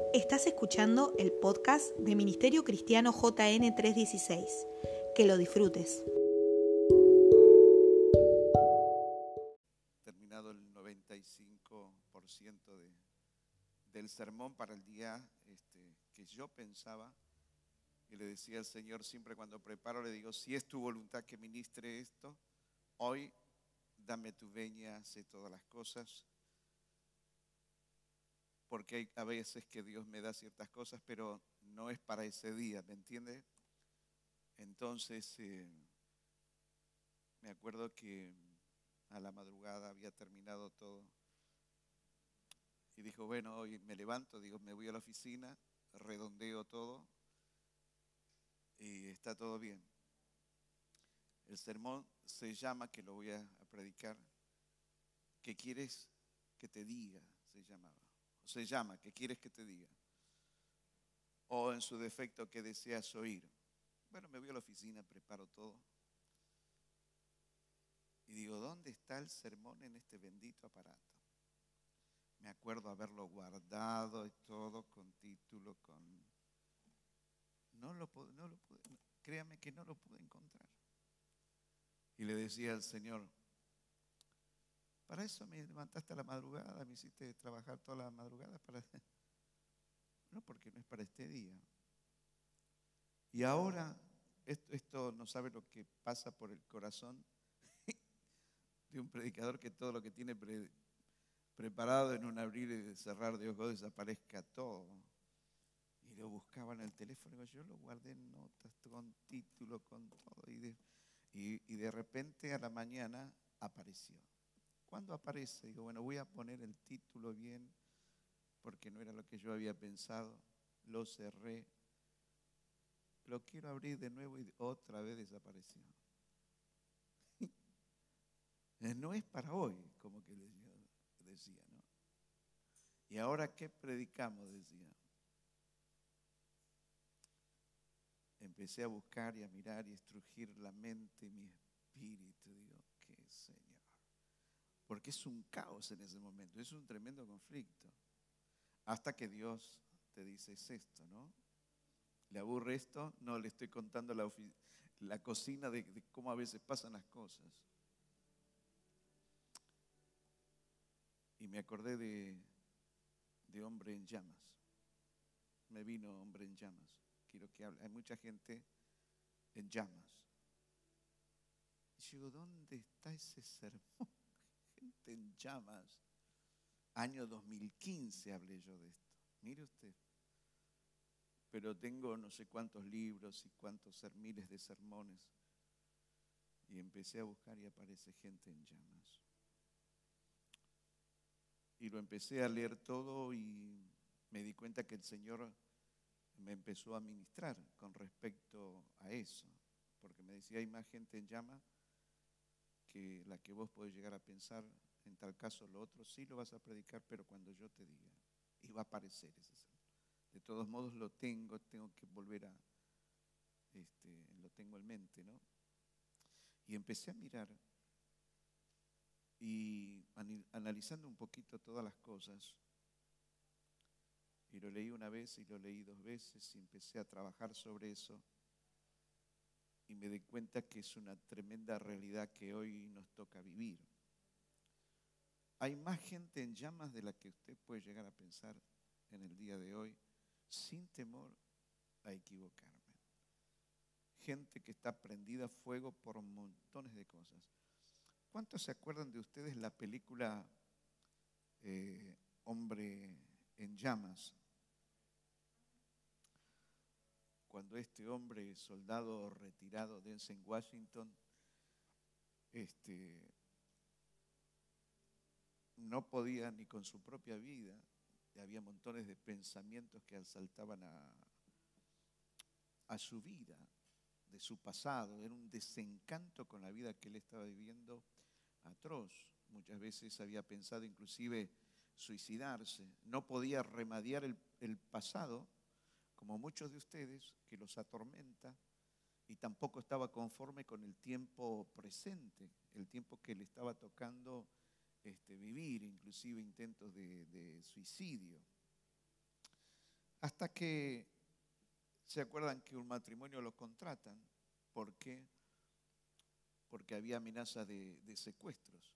Estás escuchando el podcast de Ministerio Cristiano JN 316. Que lo disfrutes. Terminado el 95% del sermón para el día que yo pensaba, y le decía al Señor siempre cuando preparo, le digo, si es tu voluntad que ministre esto, hoy dame tu veña, sé todas las cosas, porque hay a veces que Dios me da ciertas cosas, pero no es para ese día, ¿me entiende? Entonces, me acuerdo que a la madrugada había terminado todo y dijo, bueno, hoy me levanto, digo, me voy a la oficina, redondeo todo y está todo bien. El sermón se llama, que lo voy a predicar, ¿qué quieres que te diga? Se llama, ¿qué quieres que te diga? O en su defecto, ¿qué deseas oír? Bueno, me voy a la oficina, preparo todo. Y digo, ¿dónde está el sermón en este bendito aparato? Me acuerdo haberlo guardado y todo con título, No lo pude, créame que no lo pude encontrar. Y le decía al Señor, para eso me levantaste a la madrugada, me hiciste trabajar toda la madrugada, no, porque no es para este día. Y ahora, esto no sabe lo que pasa por el corazón de un predicador, que todo lo que tiene preparado en un abrir y cerrar de ojos desaparezca todo. Y lo buscaba en el teléfono, yo lo guardé en notas, con título, con todo. Y de repente a la mañana apareció. ¿Cuándo aparece? Digo, bueno, voy a poner el título bien, porque no era lo que yo había pensado. Lo cerré. Lo quiero abrir de nuevo y otra vez desapareció. No es para hoy, como que decía, ¿no? ¿Y ahora qué predicamos? Decía. Empecé a buscar y a mirar y estrujir la mente y mi espíritu. Digo, ¿qué, Señor? Porque es un caos en ese momento, es un tremendo conflicto. Hasta que Dios te dice, es esto, ¿no? ¿Le aburre esto? No, le estoy contando la cocina de cómo a veces pasan las cosas. Y me acordé de Hombre en Llamas. Me vino Hombre en Llamas. Quiero que hable. Hay mucha gente en llamas. Y yo digo, ¿dónde está ese sermón? Gente en llamas. Año 2015 hablé yo de esto. Mire usted. Pero tengo no sé cuántos libros y cuántos miles de sermones. Y empecé a buscar y aparece gente en llamas. Y lo empecé a leer todo y me di cuenta que el Señor me empezó a ministrar con respecto a eso. Porque me decía, hay más gente en llamas que la que vos podés llegar a pensar. En tal caso, lo otro sí lo vas a predicar, pero cuando yo te diga. Y va a aparecer ese sermón. De todos modos lo tengo que volver lo tengo en mente, ¿no? Y empecé a mirar y analizando un poquito todas las cosas. Y lo leí una vez y lo leí dos veces y empecé a trabajar sobre eso. Y me di cuenta que es una tremenda realidad que hoy nos toca vivir. Hay más gente en llamas de la que usted puede llegar a pensar en el día de hoy, sin temor a equivocarme. Gente que está prendida a fuego por montones de cosas. ¿Cuántos se acuerdan de ustedes la película Hombre en Llamas? Cuando este hombre, soldado retirado de Denzel Washington, no podía ni con su propia vida, y había montones de pensamientos que asaltaban a su vida, de su pasado. Era un desencanto con la vida que él estaba viviendo atroz. Muchas veces había pensado inclusive suicidarse. No podía remediar el pasado, como muchos de ustedes, que los atormenta, y tampoco estaba conforme con el tiempo presente, el tiempo que le estaba tocando vivir, inclusive intentos de suicidio. Hasta que se acuerdan que un matrimonio lo contratan. ¿Por qué? Porque había amenaza de secuestros.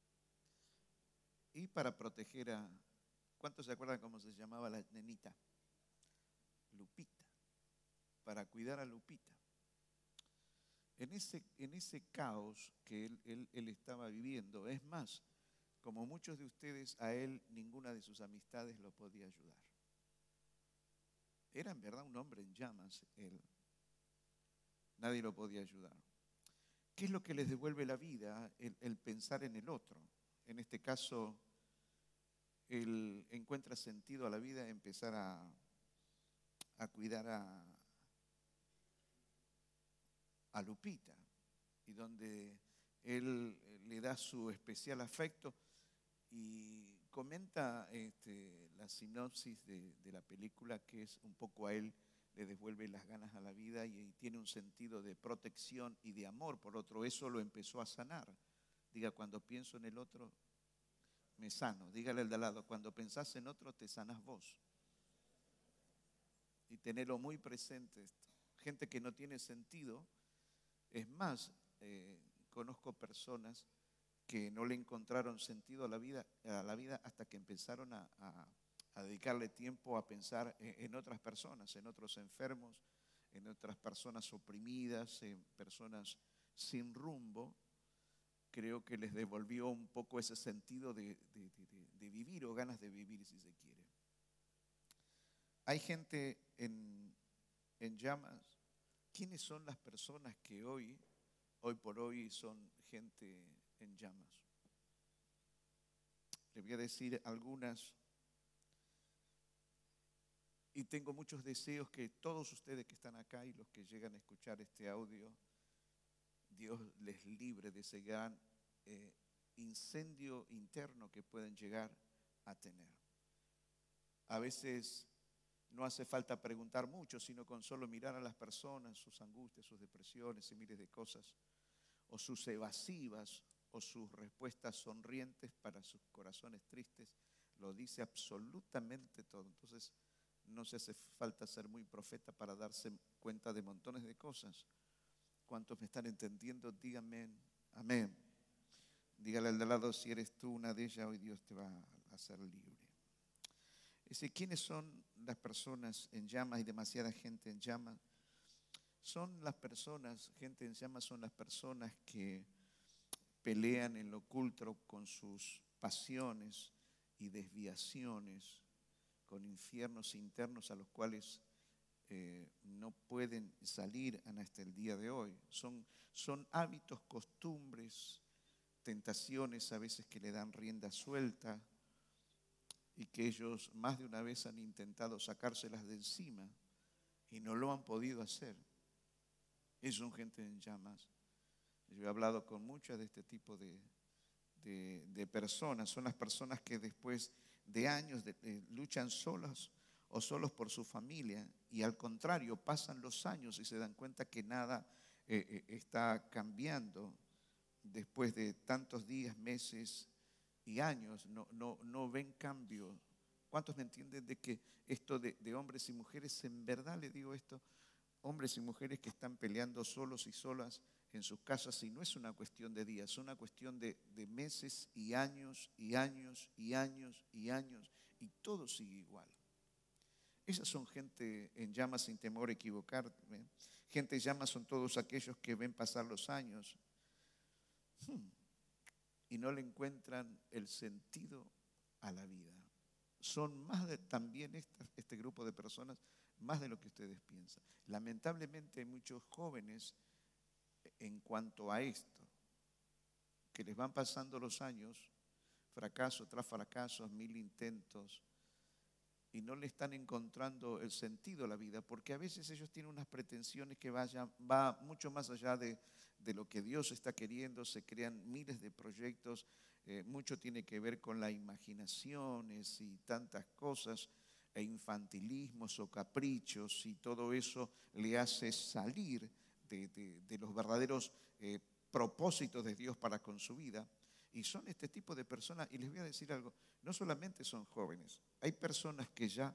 Y para proteger a... ¿Cuántos se acuerdan cómo se llamaba la nenita? Lupita. Para cuidar a Lupita. En ese caos que él estaba viviendo, es más, como muchos de ustedes, a él ninguna de sus amistades lo podía ayudar. Era en verdad un hombre en llamas él. Nadie lo podía ayudar. ¿Qué es lo que les devuelve la vida? El pensar en el otro. En este caso, él encuentra sentido a la vida, empezar a cuidar a Lupita, y donde él le da su especial afecto y comenta la sinopsis de la película, que es un poco a él le devuelve las ganas a la vida y tiene un sentido de protección y de amor por otro. Eso lo empezó a sanar. Diga, cuando pienso en el otro, me sano. Dígale al de al lado, cuando pensás en otro, te sanas vos. Y tenerlo muy presente esto. Gente que no tiene sentido. Es más, conozco personas que no le encontraron sentido a la vida hasta que empezaron a dedicarle tiempo a pensar en otras personas, en otros enfermos, en otras personas oprimidas, en personas sin rumbo. Creo que les devolvió un poco ese sentido de vivir, o ganas de vivir, si se quiere. Hay gente en llamas. ¿Quiénes son las personas que hoy por hoy son gente en llamas? Les voy a decir algunas. Y tengo muchos deseos que todos ustedes que están acá y los que llegan a escuchar este audio, Dios les libre de ese gran incendio interno que pueden llegar a tener. A veces no hace falta preguntar mucho, sino con solo mirar a las personas, sus angustias, sus depresiones y miles de cosas, o sus evasivas, o sus respuestas sonrientes para sus corazones tristes, lo dice absolutamente todo. Entonces, no se hace falta ser muy profeta para darse cuenta de montones de cosas. ¿Cuántos me están entendiendo? Díganme amén. Dígale al de lado, si eres tú una de ellas, hoy Dios te va a hacer libre. ¿Quiénes son las personas en llamas? Hay demasiada gente en llamas. Son las personas, gente en llamas son las personas que pelean en lo oculto con sus pasiones y desviaciones, con infiernos internos a los cuales no pueden salir hasta el día de hoy. Son hábitos, costumbres, tentaciones a veces que le dan rienda suelta y que ellos más de una vez han intentado sacárselas de encima y no lo han podido hacer. Ellos son gente en llamas. Yo he hablado con muchas de este tipo de personas. Son las personas que después de años luchan solas o solos por su familia, y al contrario, pasan los años y se dan cuenta que nada está cambiando. Después de tantos días, meses y años, no ven cambio. ¿Cuántos me entienden de que esto de hombres y mujeres, en verdad le digo esto, hombres y mujeres que están peleando solos y solas en sus casas, y no es una cuestión de días, es una cuestión de meses y años y años y años y años, y todo sigue igual? Esas son gente en llamas, sin temor a equivocarme. Gente en llamas son todos aquellos que ven pasar los años y no le encuentran el sentido a la vida. Son más también este grupo de personas, más de lo que ustedes piensan. Lamentablemente hay muchos jóvenes en cuanto a esto, que les van pasando los años, fracaso tras fracaso, 1000 intentos, y no le están encontrando el sentido a la vida, porque a veces ellos tienen unas pretensiones que va mucho más allá de lo que Dios está queriendo. Se crean miles de proyectos, mucho tiene que ver con las imaginaciones y tantas cosas, e infantilismos o caprichos, y todo eso le hace salir de los verdaderos propósitos de Dios para con su vida. Y son este tipo de personas, y les voy a decir algo, no solamente son jóvenes, hay personas que ya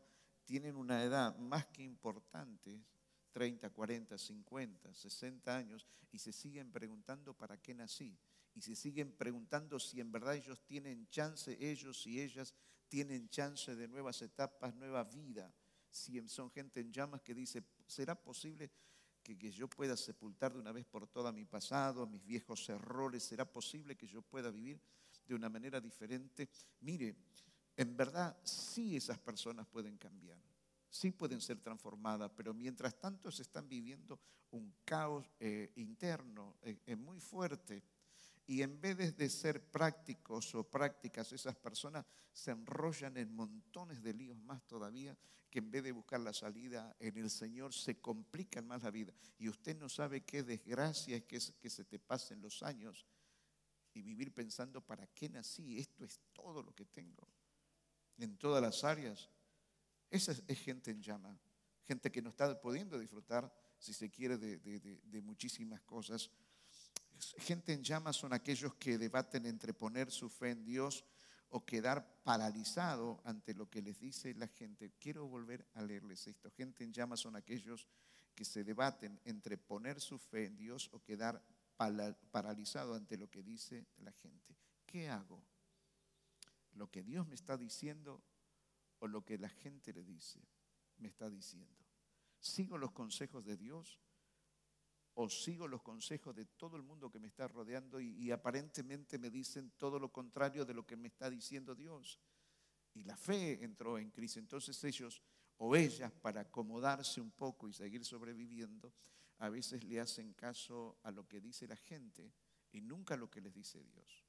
tienen una edad más que importante, 30, 40, 50, 60 años, y se siguen preguntando para qué nací. Y se siguen preguntando si en verdad ellos tienen chance, ellos y ellas tienen chance de nuevas etapas, nueva vida. Si son gente en llamas que dice, ¿será posible que yo pueda sepultar de una vez por todas mi pasado, mis viejos errores? ¿Será posible que yo pueda vivir de una manera diferente? Mire, en verdad sí esas personas pueden cambiar, sí pueden ser transformadas, pero mientras tanto se están viviendo un caos interno muy fuerte. Y en vez de ser prácticos o prácticas, esas personas se enrollan en montones de líos más todavía, que en vez de buscar la salida en el Señor, se complican más la vida. Y usted no sabe qué desgracia es que se te pasen los años y vivir pensando, ¿para qué nací? Esto es todo lo que tengo. En todas las áreas. Esa es gente en llama. Gente que no está pudiendo disfrutar, si se quiere, de muchísimas cosas. Gente en llamas son aquellos que debaten entre poner su fe en Dios o quedar paralizado ante lo que les dice la gente. Quiero volver a leerles esto. Gente en llamas son aquellos que se debaten entre poner su fe en Dios o quedar paralizado ante lo que dice la gente. ¿Qué hago? ¿Lo que Dios me está diciendo o lo que la gente le dice me está diciendo? ¿Sigo los consejos de Dios o sigo los consejos de todo el mundo que me está rodeando y aparentemente me dicen todo lo contrario de lo que me está diciendo Dios? Y la fe entró en crisis. Entonces ellos o ellas, para acomodarse un poco y seguir sobreviviendo, a veces le hacen caso a lo que dice la gente y nunca a lo que les dice Dios.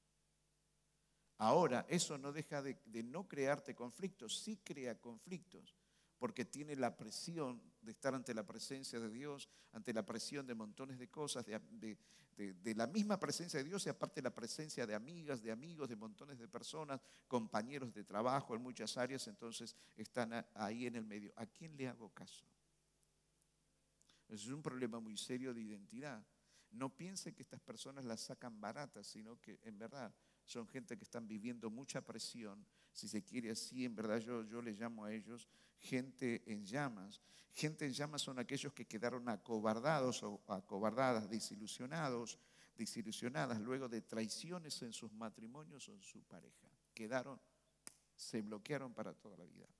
Ahora, eso no deja de no crearte conflictos, sí crea conflictos, porque tiene la presión de estar ante la presencia de Dios, ante la presión de montones de cosas, de la misma presencia de Dios y aparte la presencia de amigas, de amigos, de montones de personas, compañeros de trabajo en muchas áreas, entonces están ahí en el medio. ¿A quién le hago caso? Es un problema muy serio de identidad. No piense que estas personas las sacan baratas, sino que en verdad son gente que están viviendo mucha presión, si se quiere así, en verdad yo les llamo a ellos gente en llamas. Gente en llamas son aquellos que quedaron acobardados o acobardadas, desilusionadas luego de traiciones en sus matrimonios o en su pareja. Se bloquearon para toda la vida.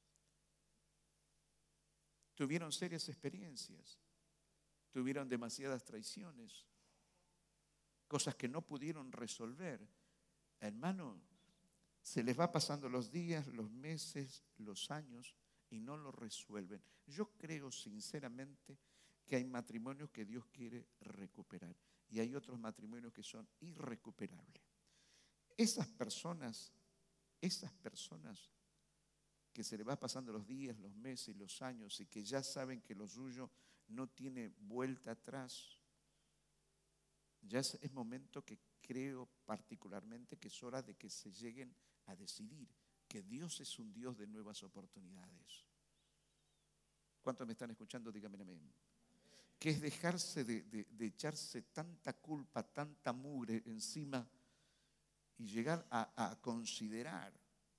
Tuvieron serias experiencias, tuvieron demasiadas traiciones, cosas que no pudieron resolver. Hermano, se les va pasando los días, los meses, los años y no lo resuelven. Yo creo sinceramente que hay matrimonios que Dios quiere recuperar y hay otros matrimonios que son irrecuperables. Esas personas que se les va pasando los días, los meses y los años y que ya saben que lo suyo no tiene vuelta atrás, ya es momento que creo particularmente que es hora de que se lleguen a decidir que Dios es un Dios de nuevas oportunidades. ¿Cuántos me están escuchando? Díganme amén. Que es dejarse de echarse tanta culpa, tanta mugre encima y llegar a considerar.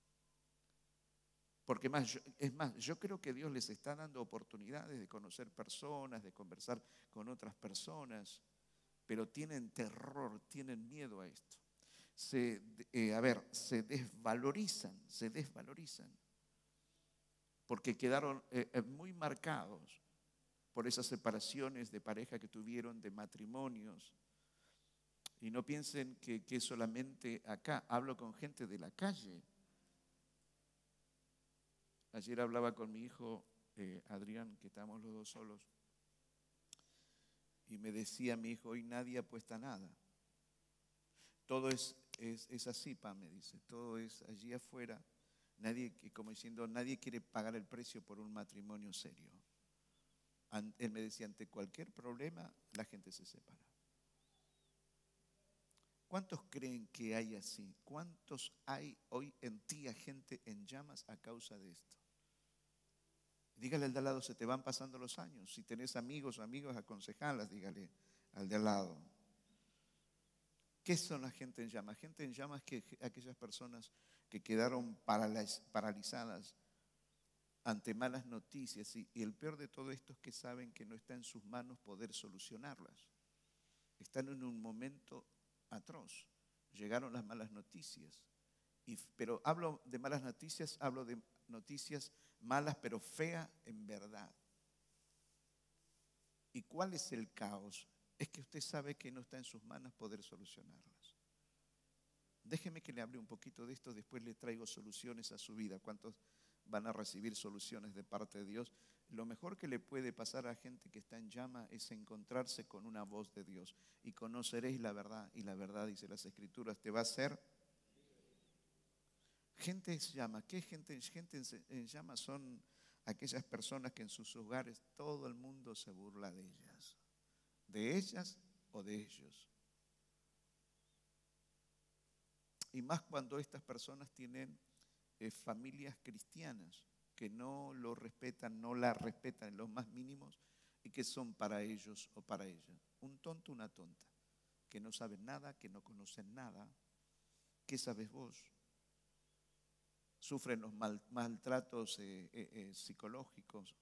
Porque yo creo que Dios les está dando oportunidades de conocer personas, de conversar con otras personas, pero tienen terror, tienen miedo a esto. Se desvalorizan, porque quedaron muy marcados por esas separaciones de pareja que tuvieron, de matrimonios. Y no piensen que es solamente acá, hablo con gente de la calle. Ayer hablaba con mi hijo Adrián, que estábamos los dos solos, y me decía mi hijo, hoy nadie apuesta nada. Todo es así, pa, me dice, todo es allí afuera. Nadie, como diciendo, nadie quiere pagar el precio por un matrimonio serio. Él me decía, ante cualquier problema, la gente se separa. ¿Cuántos creen que hay así? ¿Cuántos hay hoy en ti a gente en llamas a causa de esto? Dígale al de al lado, se te van pasando los años. Si tenés amigos o amigas, aconsejalas, dígale al de al lado. ¿Qué son la gente en llamas? Gente en llamas que aquellas personas que quedaron paralizadas ante malas noticias y el peor de todo esto es que saben que no está en sus manos poder solucionarlas. Están en un momento atroz. Llegaron las malas noticias. Pero hablo de malas noticias, hablo de noticias malas pero feas en verdad. ¿Y cuál es el caos? Es que usted sabe que no está en sus manos poder solucionarlas. Déjeme que le hable un poquito de esto, después le traigo soluciones a su vida. ¿Cuántos van a recibir soluciones de parte de Dios? Lo mejor que le puede pasar a gente que está en llama es encontrarse con una voz de Dios. Y conoceréis la verdad, y la verdad, dice las Escrituras, te va a hacer. Gente en llama. ¿Qué gente en llama? Son aquellas personas que en sus hogares todo el mundo se burla de ellas o de ellos. Y más cuando estas personas tienen familias cristianas que no lo respetan, no la respetan en los más mínimos y que son para ellos o para ellas. Un tonto, una tonta, que no saben nada, que no conocen nada. ¿Qué sabes vos? Sufren los maltratos psicológicos.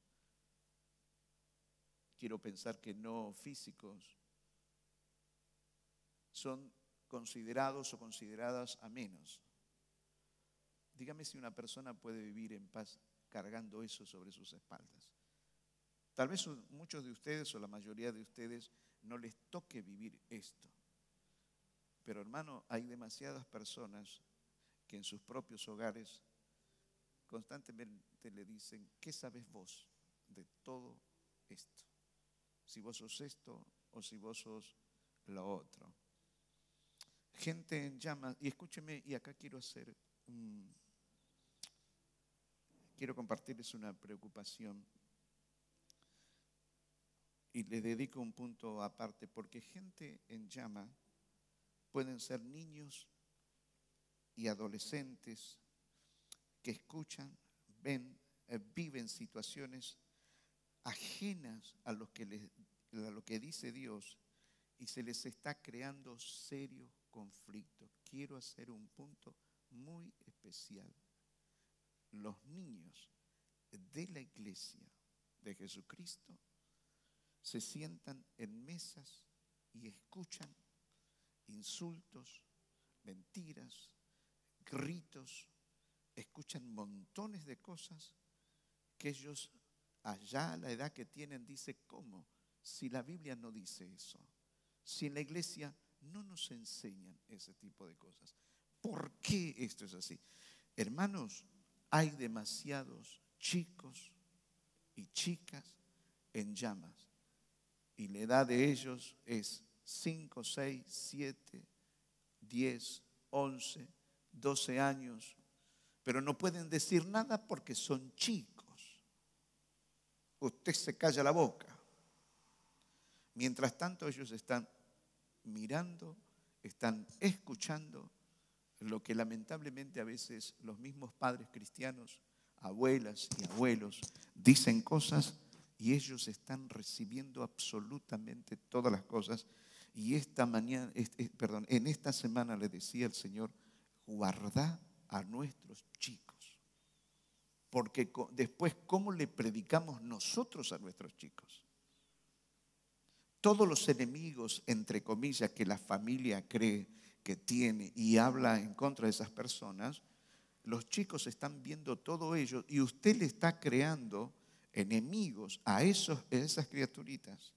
Quiero pensar que no físicos. Son considerados o consideradas a menos. Dígame si una persona puede vivir en paz cargando eso sobre sus espaldas. Tal vez muchos de ustedes o la mayoría de ustedes no les toque vivir esto. Pero hermano, hay demasiadas personas que en sus propios hogares constantemente le dicen, ¿qué sabes vos de todo esto? Si vos sos esto o si vos sos lo otro. Gente en llamas, y escúcheme, y acá quiero compartirles una preocupación y les dedico un punto aparte, porque gente en llama pueden ser niños y adolescentes que escuchan, ven, viven situaciones ajenas a lo que dice Dios y se les está creando serios conflictos. Quiero hacer un punto muy especial. Los niños de la iglesia de Jesucristo se sientan en mesas y escuchan insultos, mentiras, gritos, escuchan montones de cosas que ellos allá a la edad que tienen dice, ¿cómo? Si la Biblia no dice eso, si en la iglesia no nos enseñan ese tipo de cosas. ¿Por qué esto es así? Hermanos, hay demasiados chicos y chicas en llamas y la edad de ellos es 5, 6, 7, 10, 11, 12 años, pero no pueden decir nada porque son chicos. Usted se calla la boca. Mientras tanto ellos están mirando, están escuchando lo que lamentablemente a veces los mismos padres cristianos, abuelas y abuelos, dicen cosas y ellos están recibiendo absolutamente todas las cosas. Y en esta semana le decía el Señor, guarda a nuestros chicos, porque después, ¿cómo le predicamos nosotros a nuestros chicos? Todos los enemigos, entre comillas, que la familia cree que tiene y habla en contra de esas personas, los chicos están viendo todo ello y usted le está creando enemigos a esas criaturitas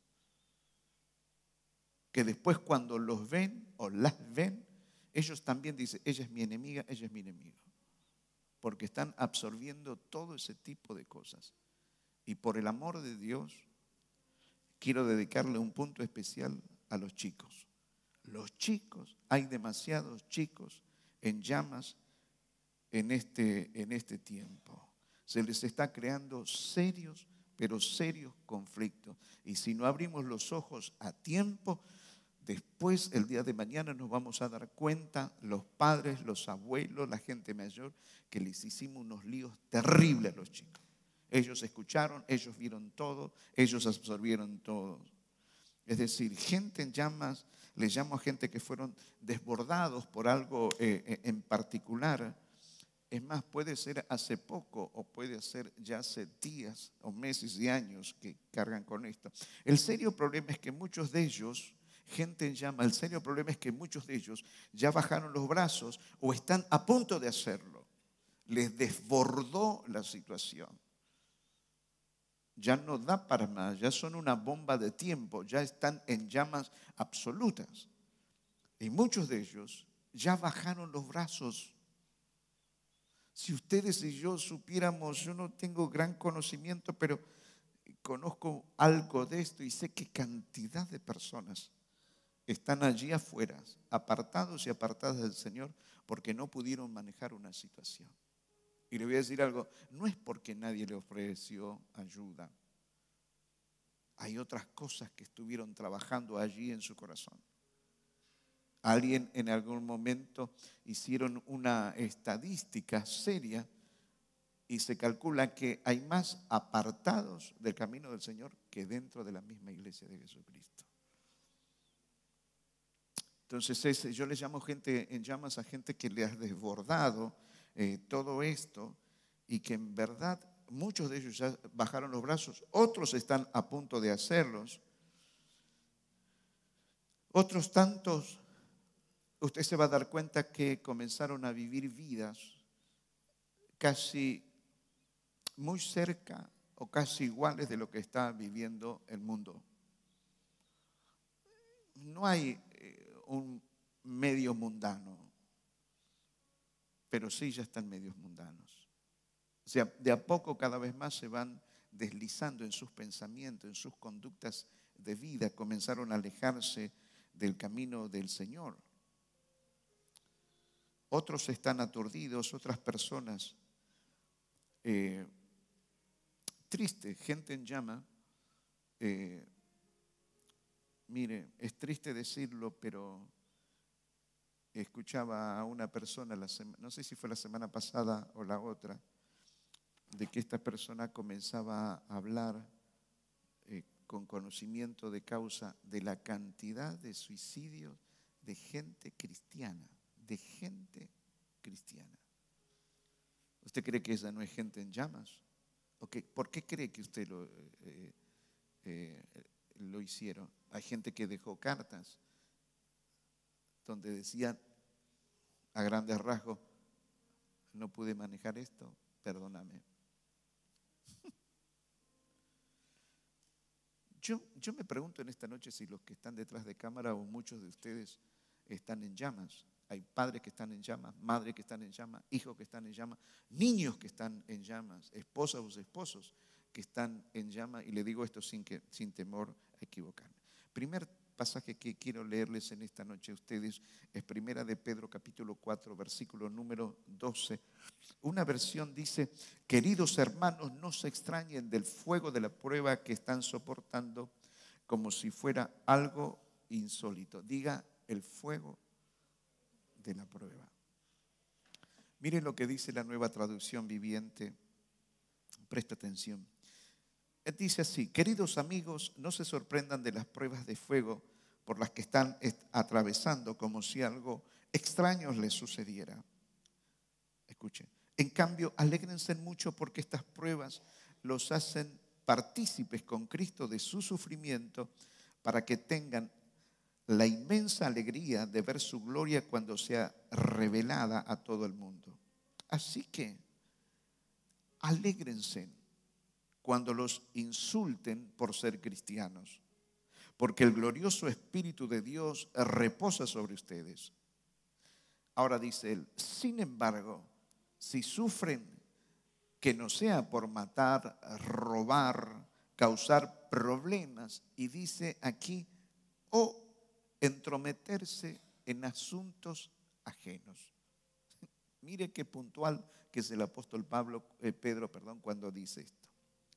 que después cuando los ven o las ven, ellos también dicen, ella es mi enemiga, ella es mi enemigo, porque están absorbiendo todo ese tipo de cosas. Y por el amor de Dios, quiero dedicarle un punto especial a los chicos. Los chicos, hay demasiados chicos en llamas en este tiempo. Se les está creando serios, pero serios conflictos. Y si no abrimos los ojos a tiempo, después el día de mañana nos vamos a dar cuenta, los padres, los abuelos, la gente mayor, que les hicimos unos líos terribles a los chicos. Ellos escucharon, ellos vieron todo, ellos absorbieron todo. Es decir, gente en llamas, les llamo a gente que fueron desbordados por algo en particular. Es más, puede ser hace poco o puede ser ya hace días o meses y años que cargan con esto. El serio problema es que muchos de ellos, gente en llama, el serio problema es que muchos de ellos ya bajaron los brazos o están a punto de hacerlo. Les desbordó la situación. Ya no da para más, ya son una bomba de tiempo, ya están en llamas absolutas. Y muchos de ellos ya bajaron los brazos. Si ustedes y yo supiéramos, yo no tengo gran conocimiento, pero conozco algo de esto y sé qué cantidad de personas están allí afuera, apartados y apartadas del Señor, porque no pudieron manejar una situación. Y le voy a decir algo, no es porque nadie le ofreció ayuda. Hay otras cosas que estuvieron trabajando allí en su corazón. Alguien en algún momento hicieron una estadística seria y se calcula que hay más apartados del camino del Señor que dentro de la misma iglesia de Jesucristo. Entonces yo les llamo gente en llamas a gente que le ha desbordado todo esto y que en verdad muchos de ellos ya bajaron los brazos, otros están a punto de hacerlos, otros tantos, usted se va a dar cuenta que comenzaron a vivir vidas casi muy cerca o casi iguales de lo que está viviendo el mundo. No hay un medio mundano, pero sí ya están medios mundanos. O sea, de a poco cada vez más se van deslizando en sus pensamientos, en sus conductas de vida, comenzaron a alejarse del camino del Señor. Otros están aturdidos, otras personas tristes, gente en llama. Mire, es triste decirlo, pero escuchaba a una persona, no sé si fue la semana pasada o la otra, de que esta persona comenzaba a hablar con conocimiento de causa de la cantidad de suicidios de gente cristiana, ¿Usted cree que esa no es gente en llamas? ¿Por qué cree que usted lo hicieron? Hay gente que dejó cartas donde decían a grandes rasgos, no pude manejar esto, perdóname. Yo me pregunto en esta noche si los que están detrás de cámara o muchos de ustedes están en llamas. Hay padres que están en llamas, madres que están en llamas, hijos que están en llamas, niños que están en llamas, esposas o esposos que están en llamas. Y le digo esto sin temor a equivocarme. Primer pasaje que quiero leerles en esta noche a ustedes es Primera de Pedro capítulo 4, versículo número 12. Una versión dice: queridos hermanos, no se extrañen del fuego de la prueba que están soportando como si fuera algo insólito. Diga, el fuego de la prueba. Miren lo que dice la Nueva Traducción Viviente. Presta atención. Dice así: queridos amigos, no se sorprendan de las pruebas de fuego por las que están atravesando como si algo extraño les sucediera. Escuchen. En cambio, alégrense mucho porque estas pruebas los hacen partícipes con Cristo de su sufrimiento para que tengan la inmensa alegría de ver su gloria cuando sea revelada a todo el mundo. Así que, alégrense cuando los insulten por ser cristianos, porque el glorioso Espíritu de Dios reposa sobre ustedes. Ahora dice él: sin embargo, si sufren, que no sea por matar, robar, causar problemas, y dice aquí, o entrometerse en asuntos ajenos. Mire qué puntual que es el apóstol Pedro, cuando dice esto.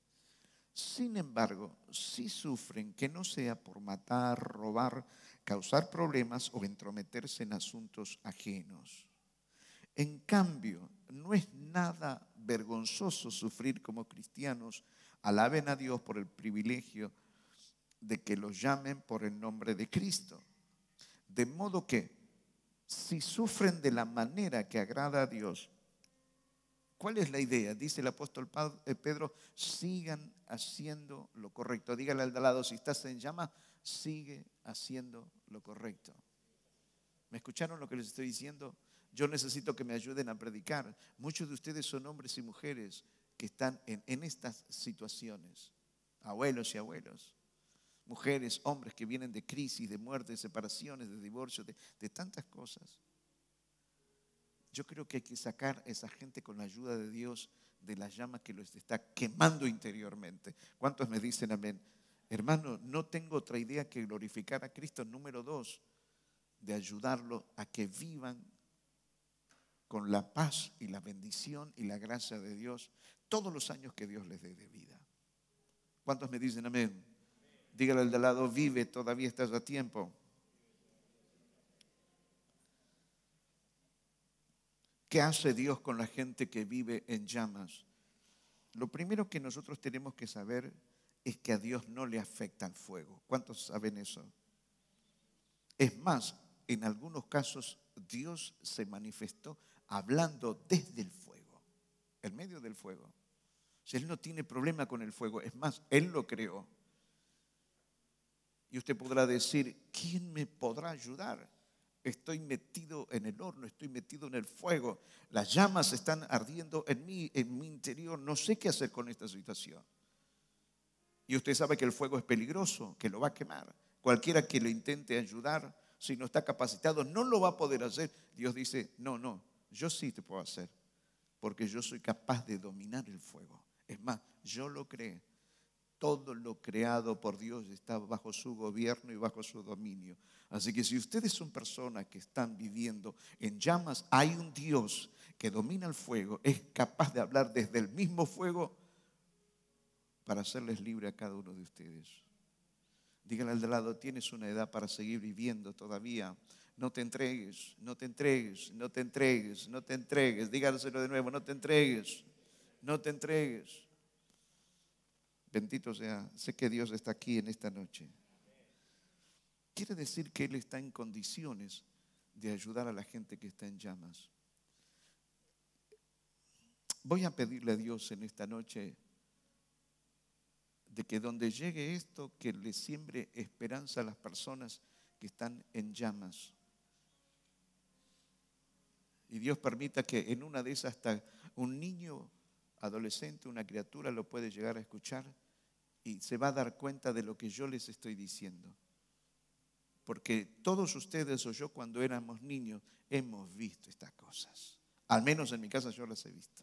Sin embargo, si sufren, que no sea por matar, robar, causar problemas o entrometerse en asuntos ajenos. En cambio, no es nada vergonzoso sufrir como cristianos. Alaben a Dios por el privilegio de que los llamen por el nombre de Cristo. De modo que, si sufren de la manera que agrada a Dios, ¿Cuál es la idea? Dice el apóstol Pedro, sigan haciendo lo correcto. Dígale al de al lado, si estás en llama, sigue haciendo lo correcto. ¿Me escucharon lo que les estoy diciendo? Yo necesito que me ayuden a predicar. Muchos de ustedes son hombres y mujeres que están en estas situaciones. Abuelos y abuelos. Mujeres, hombres que vienen de crisis, de muerte, de separaciones, de divorcios, de tantas cosas. Yo creo que hay que sacar a esa gente con la ayuda de Dios de la llama que los está quemando interiormente. ¿Cuántos me dicen amén? Hermano, no tengo otra idea que glorificar a Cristo. Número 2, de ayudarlo a que vivan con la paz y la bendición y la gracia de Dios todos los años que Dios les dé de vida. ¿Cuántos me dicen amén? Dígale al de al lado, vive, todavía estás a tiempo. ¿Qué hace Dios con la gente que vive en llamas? Lo primero que nosotros tenemos que saber es que a Dios no le afecta el fuego. ¿Cuántos saben eso? Es más, en algunos casos Dios se manifestó hablando desde el fuego, en medio del fuego. O sea, Él no tiene problema con el fuego. Es más, Él lo creó. Y usted podrá decir, ¿quién me podrá ayudar? Estoy metido en el horno, estoy metido en el fuego. Las llamas están ardiendo en mi interior. No sé qué hacer con esta situación. Y usted sabe que el fuego es peligroso, que lo va a quemar. Cualquiera que lo intente ayudar, si no está capacitado, no lo va a poder hacer. Dios dice, no, yo sí te puedo hacer, porque yo soy capaz de dominar el fuego. Es más, yo lo creé. Todo lo creado por Dios está bajo su gobierno y bajo su dominio. Así que si ustedes son personas que están viviendo en llamas, hay un Dios que domina el fuego, es capaz de hablar desde el mismo fuego para hacerles libre a cada uno de ustedes. Dígale al de lado, tienes una edad para seguir viviendo todavía. No te entregues, no te entregues, no te entregues, no te entregues. Dígaselo de nuevo, no te entregues, no te entregues. Bendito sea, sé que Dios está aquí en esta noche. Quiere decir que Él está en condiciones de ayudar a la gente que está en llamas. Voy a pedirle a Dios en esta noche de que donde llegue esto, que le siembre esperanza a las personas que están en llamas. Y Dios permita que en una de esas hasta un niño adolescente, una criatura lo puede llegar a escuchar y se va a dar cuenta de lo que yo les estoy diciendo. Porque todos ustedes o yo cuando éramos niños hemos visto estas cosas. Al menos en mi casa yo las he visto.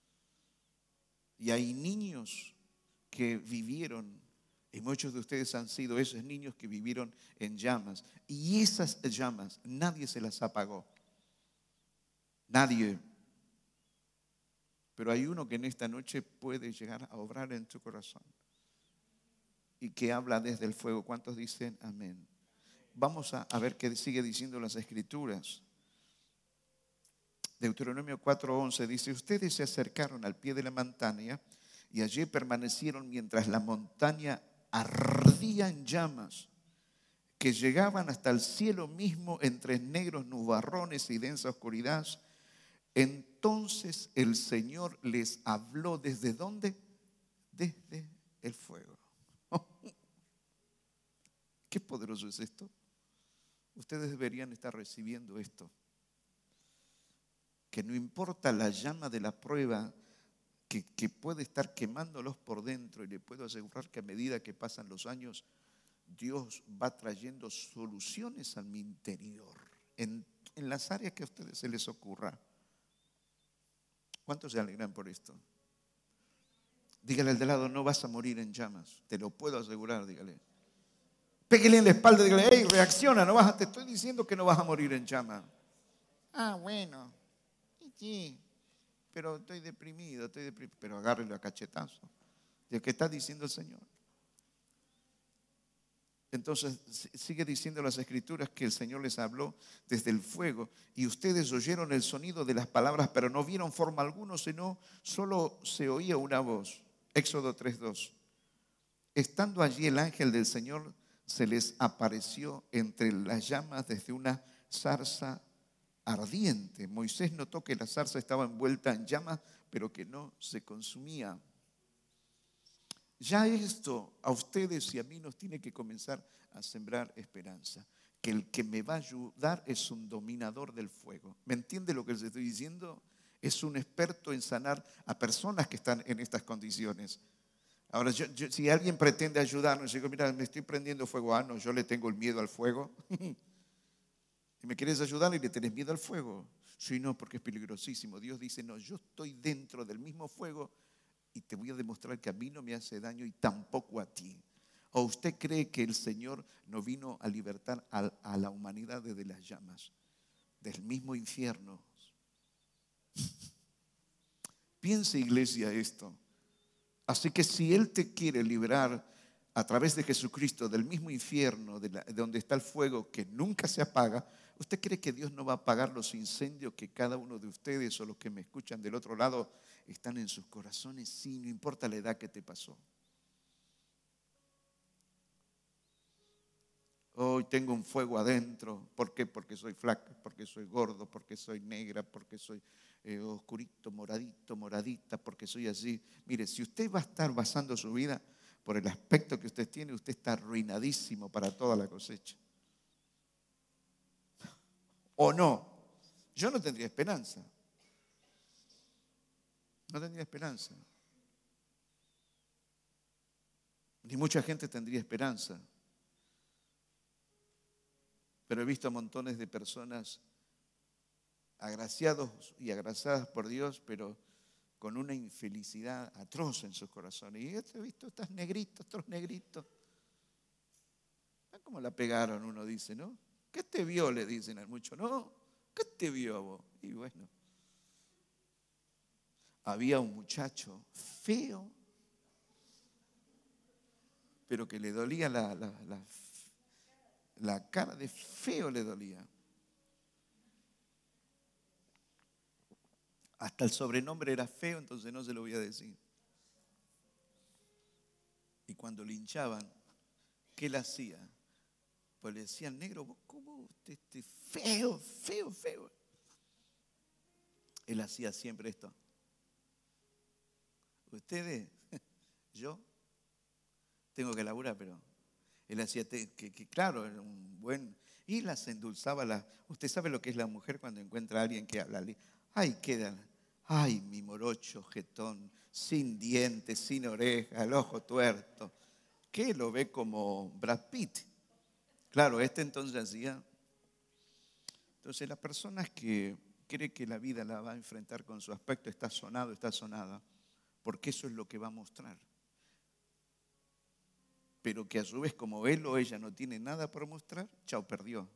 Y hay niños que vivieron, y muchos de ustedes han sido esos niños que vivieron en llamas. Y esas llamas nadie se las apagó. Nadie. Pero hay uno que en esta noche puede llegar a obrar en tu corazón y que habla desde el fuego. ¿Cuántos dicen amén? Vamos a ver qué sigue diciendo las Escrituras. Deuteronomio 4:11 dice, ustedes se acercaron al pie de la montaña y allí permanecieron mientras la montaña ardía en llamas que llegaban hasta el cielo mismo entre negros nubarrones y densa oscuridad. Entonces el Señor les habló ¿desde dónde? Desde el fuego. Qué poderoso es esto. Ustedes deberían estar recibiendo esto. Que no importa la llama de la prueba que puede estar quemándolos por dentro, y le puedo asegurar que a medida que pasan los años, Dios va trayendo soluciones a mi interior, en las áreas que a ustedes se les ocurra. ¿Cuántos se alegran por esto? Dígale al de lado, no vas a morir en llamas, te lo puedo asegurar, dígale. Pégale en la espalda y dígale, hey, reacciona, te estoy diciendo que no vas a morir en llamas. Ah, bueno, sí, pero estoy deprimido, pero agárrelo a cachetazo. ¿De qué está diciendo el Señor? Entonces sigue diciendo las Escrituras que el Señor les habló desde el fuego y ustedes oyeron el sonido de las palabras, pero no vieron forma alguna, sino solo se oía una voz. Éxodo 3:2. Estando allí el ángel del Señor se les apareció entre las llamas desde una zarza ardiente. Moisés notó que la zarza estaba envuelta en llamas, pero que no se consumía. Ya esto a ustedes y a mí nos tiene que comenzar a sembrar esperanza. Que el que me va a ayudar es un dominador del fuego. ¿Me entiende lo que les estoy diciendo? Es un experto en sanar a personas que están en estas condiciones. Ahora, si alguien pretende ayudarnos, digo, mira, me estoy prendiendo fuego. No, yo le tengo el miedo al fuego. ¿Y me quieres ayudar y le tenés miedo al fuego? Sí, no, porque es peligrosísimo. Dios dice, no, yo estoy dentro del mismo fuego y te voy a demostrar que a mí no me hace daño y tampoco a ti. ¿O usted cree que el Señor no vino a libertar a la humanidad desde las llamas, del mismo infierno? Piense, iglesia, esto. Así que si Él te quiere liberar a través de Jesucristo del mismo infierno, de donde está el fuego que nunca se apaga, ¿usted cree que Dios no va a apagar los incendios que cada uno de ustedes o los que me escuchan del otro lado están en sus corazones? Sí, no importa la edad que te pasó. Hoy tengo un fuego adentro. ¿Por qué? Porque soy flaca, porque soy gordo, porque soy negra, porque soy oscurito, moradito, moradita, porque soy así. Mire, si usted va a estar basando su vida por el aspecto que usted tiene, usted está arruinadísimo para toda la cosecha. ¿O no? Yo no tendría esperanza. No tendría esperanza. Ni mucha gente tendría esperanza. Pero he visto a montones de personas agraciados y agraciadas por Dios, pero con una infelicidad atroz en sus corazones. Y he visto estos negritos. ¿Ven cómo la pegaron? Uno dice, ¿no? ¿Qué te vio? Le dicen a muchos. No, ¿qué te vio a vos? Y bueno, había un muchacho feo, pero que le dolía la cara de feo, le dolía. Hasta el sobrenombre era feo, entonces no se lo voy a decir. Y cuando linchaban, ¿qué le hacía? Pues le decían, negro, ¿vos cómo usted feo? Él hacía siempre esto. Ustedes, yo tengo que laburar, pero él hacía que claro, era un buen. Y las endulzaba. Usted sabe lo que es la mujer cuando encuentra a alguien que habla. Ay, quedan. Ay, mi morocho jetón, sin dientes, sin oreja, el ojo tuerto. ¿Qué lo ve como Brad Pitt? Claro, entonces hacía. Entonces las personas que creen que la vida la va a enfrentar con su aspecto, está sonada, porque eso es lo que va a mostrar. Pero que a su vez, como él o ella no tiene nada por mostrar, chao, perdió.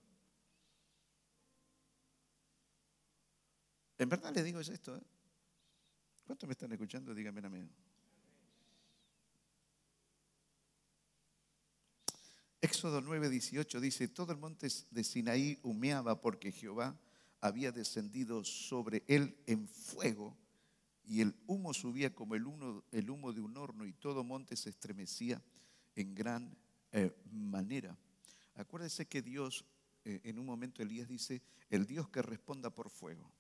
En verdad les digo esto, ¿eh? ¿Cuántos me están escuchando? Díganme a mí. Éxodo 9:18 dice, todo el monte de Sinaí humeaba porque Jehová había descendido sobre él en fuego y el humo subía como el humo de un horno y todo monte se estremecía en gran manera. Acuérdese que Dios, en un momento Elías dice, el Dios que responda por fuego.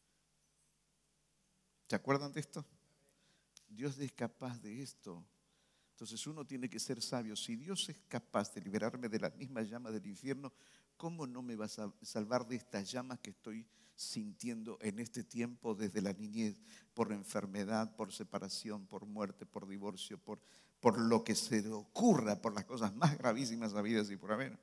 ¿Se acuerdan de esto? Dios es capaz de esto. Entonces uno tiene que ser sabio. Si Dios es capaz de liberarme de las mismas llamas del infierno, ¿cómo no me vas a salvar de estas llamas que estoy sintiendo en este tiempo desde la niñez? Por enfermedad, por separación, por muerte, por divorcio, por lo que se le ocurra, por las cosas más gravísimas habidas y por haber.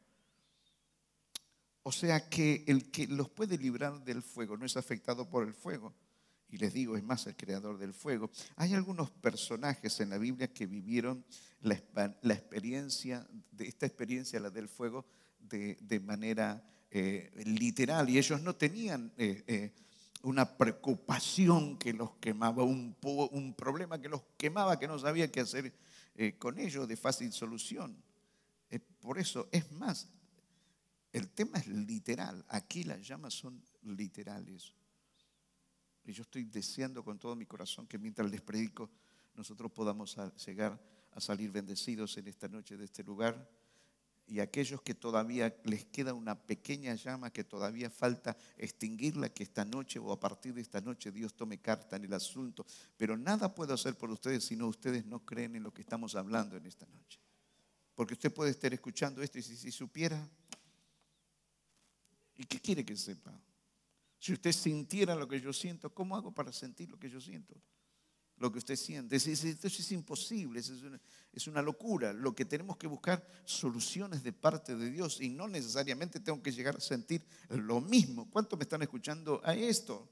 O sea que el que los puede librar del fuego no es afectado por el fuego. Y les digo, es más, el creador del fuego. Hay algunos personajes en la Biblia que vivieron la experiencia, esta experiencia, la del fuego, de manera literal. Y ellos no tenían una preocupación que los quemaba, un problema que los quemaba, que no sabía qué hacer con ellos, de fácil solución. Por eso, es más, el tema es literal. Aquí las llamas son literales. Y yo estoy deseando con todo mi corazón que mientras les predico, nosotros podamos llegar a salir bendecidos en esta noche de este lugar. Y aquellos que todavía les queda una pequeña llama que todavía falta extinguirla, que esta noche o a partir de esta noche Dios tome carta en el asunto. Pero nada puedo hacer por ustedes si no ustedes no creen en lo que estamos hablando en esta noche. Porque usted puede estar escuchando esto y si supiera, ¿y qué quiere que sepa? Si usted sintiera lo que yo siento, ¿cómo hago para sentir lo que yo siento? Lo que usted siente. Esto es imposible, es una locura. Lo que tenemos que buscar soluciones de parte de Dios y no necesariamente tengo que llegar a sentir lo mismo. ¿Cuántos me están escuchando a esto?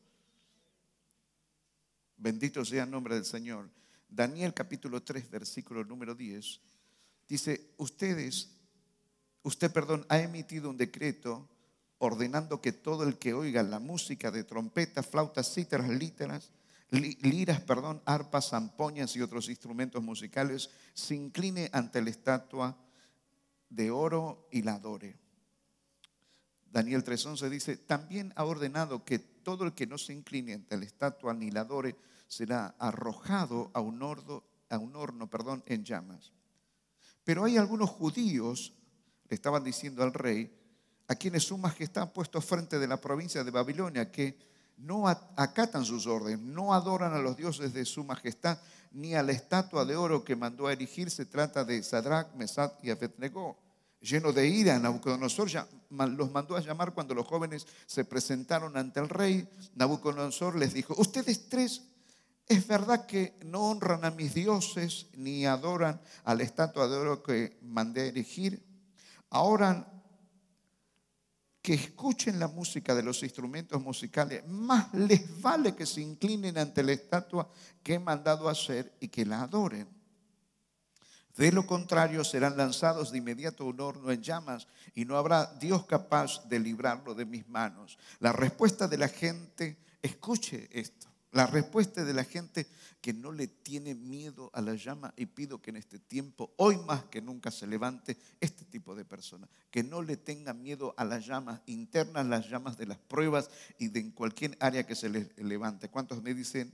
Bendito sea el nombre del Señor. Daniel capítulo 3, versículo número 10. Dice, usted ha emitido un decreto ordenando que todo el que oiga la música de trompetas, flautas, cítaras, liras, arpas, zampoñas y otros instrumentos musicales, se incline ante la estatua de oro y la adore. Daniel 3:11 dice, también ha ordenado que todo el que no se incline ante la estatua ni la adore será arrojado a un horno en llamas. Pero hay algunos judíos, le estaban diciendo al rey, a quienes su majestad ha puesto frente de la provincia de Babilonia, que no acatan sus órdenes, no adoran a los dioses de su majestad, ni a la estatua de oro que mandó a erigir. Se trata de Sadrach, Mesach y Abednego. Lleno de ira, Nabucodonosor los mandó a llamar cuando los jóvenes se presentaron ante el rey. Nabucodonosor les dijo, ustedes tres, ¿es verdad que no honran a mis dioses ni adoran a la estatua de oro que mandé a erigir? Ahora que escuchen la música de los instrumentos musicales, más les vale que se inclinen ante la estatua que he mandado hacer y que la adoren. De lo contrario, serán lanzados de inmediato a un horno en llamas y no habrá Dios capaz de librarlo de mis manos. La respuesta de la gente, escuche esto, la respuesta de la gente que no le tiene miedo a la llama, y pido que en este tiempo, hoy más que nunca, se levante este tipo de personas, que no le tengan miedo a las llamas internas, las llamas de las pruebas y de en cualquier área que se les levante. ¿Cuántos me dicen?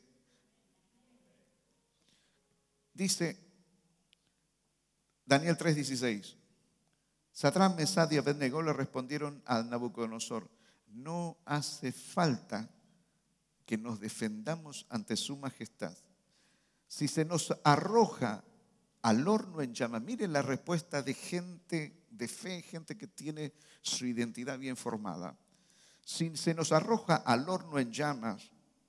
Dice Daniel 3:16. Sadrach, Mesach y Abednego le respondieron a Nabucodonosor, no hace falta que nos defendamos ante su majestad. Si se nos arroja al horno en llamas, miren la respuesta de gente de fe, gente que tiene su identidad bien formada. Si se nos arroja al horno en llamas,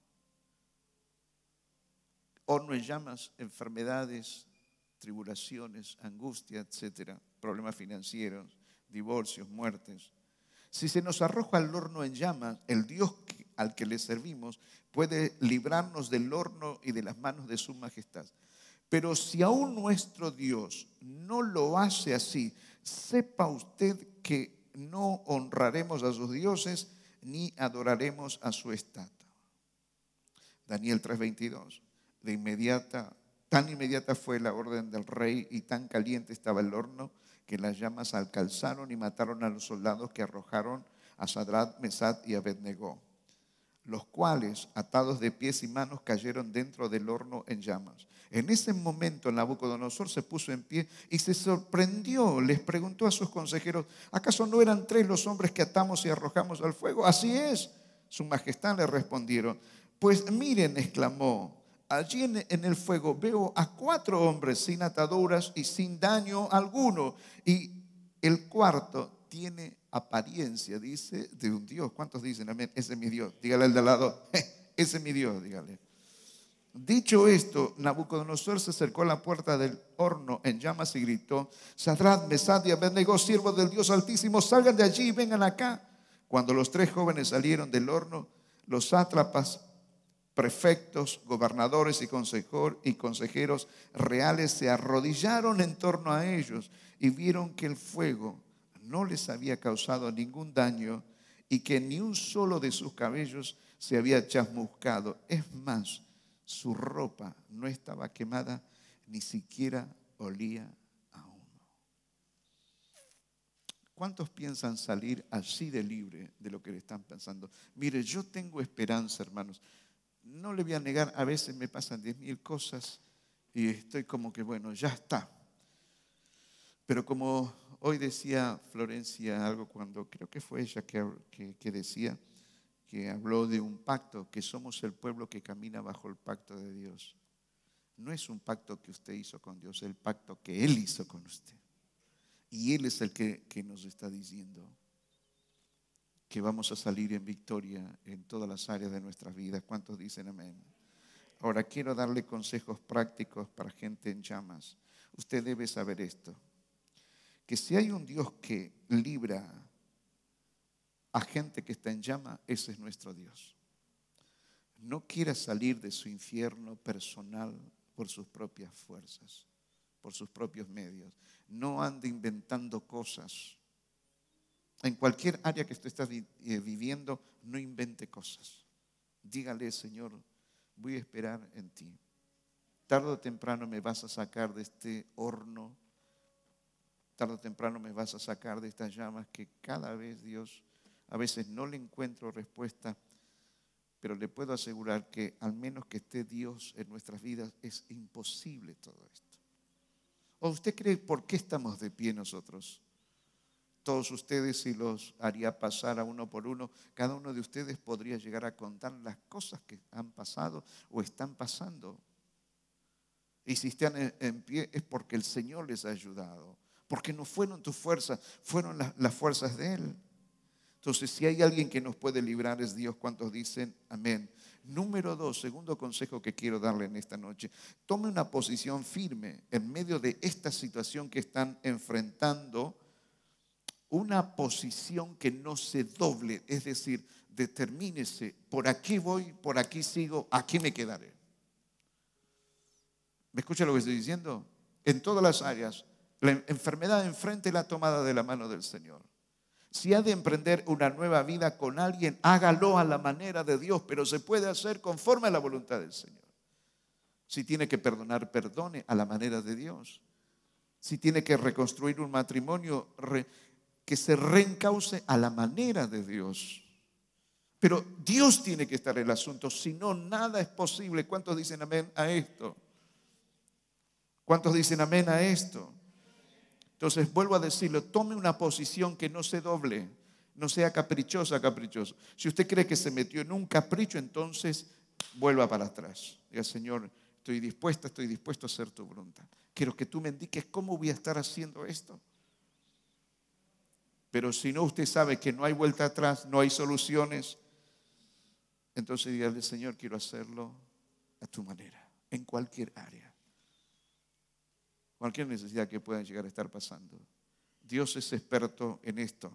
enfermedades, tribulaciones, angustia, etcétera, problemas financieros, divorcios, muertes. Si se nos arroja al horno en llamas, el Dios al que le servimos puede librarnos del horno y de las manos de su majestad. Pero si aún nuestro Dios no lo hace así, sepa usted que no honraremos a sus dioses ni adoraremos a su estatua. Daniel 3:22. Tan inmediata fue la orden del rey y tan caliente estaba el horno que las llamas alcanzaron y mataron a los soldados que arrojaron a Sadrach, Mesach y Abednego, los cuales, atados de pies y manos, cayeron dentro del horno en llamas. En ese momento Nabucodonosor se puso en pie y se sorprendió. Les preguntó a sus consejeros, ¿acaso no eran 3 los hombres que atamos y arrojamos al fuego? Así es, su majestad, le respondieron. Pues miren, exclamó, allí en el fuego veo a 4 hombres sin ataduras y sin daño alguno. Y el cuarto tiene apariencia, dice, de un Dios. ¿Cuántos dicen amén? Ese es mi Dios. Dígale al de al lado, ese es mi Dios, dígale. Dicho esto, Nabucodonosor se acercó a la puerta del horno en llamas y gritó, Sadrach, Mesach y Abednego, siervos del Dios Altísimo, salgan de allí y vengan acá. Cuando los 3 jóvenes salieron del horno, los sátrapas, prefectos, gobernadores y consejeros reales se arrodillaron en torno a ellos y vieron que el fuego no les había causado ningún daño y que ni un solo de sus cabellos se había chamuscado. Es más, su ropa no estaba quemada, ni siquiera olía a humo. ¿Cuántos piensan salir así de libre de lo que le están pensando? Mire, yo tengo esperanza, hermanos. No le voy a negar, a veces me pasan 10.000 cosas y estoy como que, bueno, ya está. Pero como Hoy decía Florencia algo cuando, creo que fue ella que decía, que habló de un pacto, que somos el pueblo que camina bajo el pacto de Dios. No es un pacto que usted hizo con Dios, es el pacto que Él hizo con usted. Y Él es el que nos está diciendo que vamos a salir en victoria en todas las áreas de nuestras vidas. ¿Cuántos dicen amén? Ahora quiero darle consejos prácticos para gente en llamas. Usted debe saber esto, que si hay un Dios que libra a gente que está en llama, ese es nuestro Dios. No quiera salir de su infierno personal por sus propias fuerzas, por sus propios medios. No ande inventando cosas. En cualquier área que usted está viviendo, no invente cosas. Dígale, Señor, voy a esperar en ti. Tarde o temprano me vas a sacar de este horno. Tarde o temprano me vas a sacar de estas llamas que cada vez, Dios, a veces no le encuentro respuesta, pero le puedo asegurar que al menos que esté Dios en nuestras vidas es imposible todo esto. ¿O usted cree por qué estamos de pie nosotros? Todos ustedes, si los haría pasar a uno por uno, cada uno de ustedes podría llegar a contar las cosas que han pasado o están pasando. Y si están en pie es porque el Señor les ha ayudado, porque no fueron tus fuerzas, fueron las fuerzas de Él. Entonces, si hay alguien que nos puede librar es Dios. ¿Cuántos dicen amén? Número 2, segundo consejo que quiero darle en esta noche. Tome una posición firme en medio de esta situación que están enfrentando. Una posición que no se doble, es decir, determínese, por aquí voy, por aquí sigo, aquí me quedaré. ¿Me escucha lo que estoy diciendo? En todas las áreas, la enfermedad enfrente la tomada de la mano del Señor. Si ha de emprender una nueva vida con alguien, hágalo a la manera de Dios, pero se puede hacer conforme a la voluntad del Señor. Si tiene que perdonar, perdone a la manera de Dios. Si tiene que reconstruir un matrimonio, que se reencauce a la manera de Dios. Pero Dios tiene que estar en el asunto, si no, nada es posible. ¿Cuántos dicen amén a esto? ¿Cuántos dicen amén a esto? Entonces, vuelvo a decirlo, tome una posición que no se doble, no sea caprichoso. Si usted cree que se metió en un capricho, entonces vuelva para atrás. Diga, Señor, estoy dispuesto a hacer tu voluntad. Quiero que tú me indiques cómo voy a estar haciendo esto. Pero si no, usted sabe que no hay vuelta atrás, no hay soluciones, entonces dígale, Señor, quiero hacerlo a tu manera, en cualquier área. Cualquier necesidad que puedan llegar a estar pasando. Dios es experto en esto.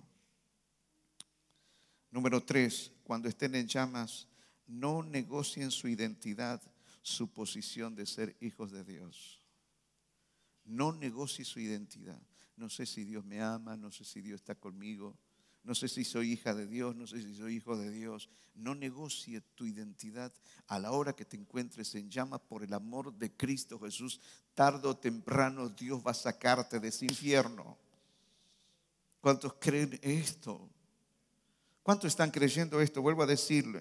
Número 3, cuando estén en llamas, no negocien su identidad, su posición de ser hijos de Dios. No negocie su identidad. No sé si Dios me ama, no sé si Dios está conmigo, no sé si soy hija de Dios, no sé si soy hijo de Dios. No negocie tu identidad a la hora que te encuentres en llamas por el amor de Cristo Jesús. Tarde o temprano Dios va a sacarte de ese infierno. ¿Cuántos creen esto? ¿Cuántos están creyendo esto? Vuelvo a decirle.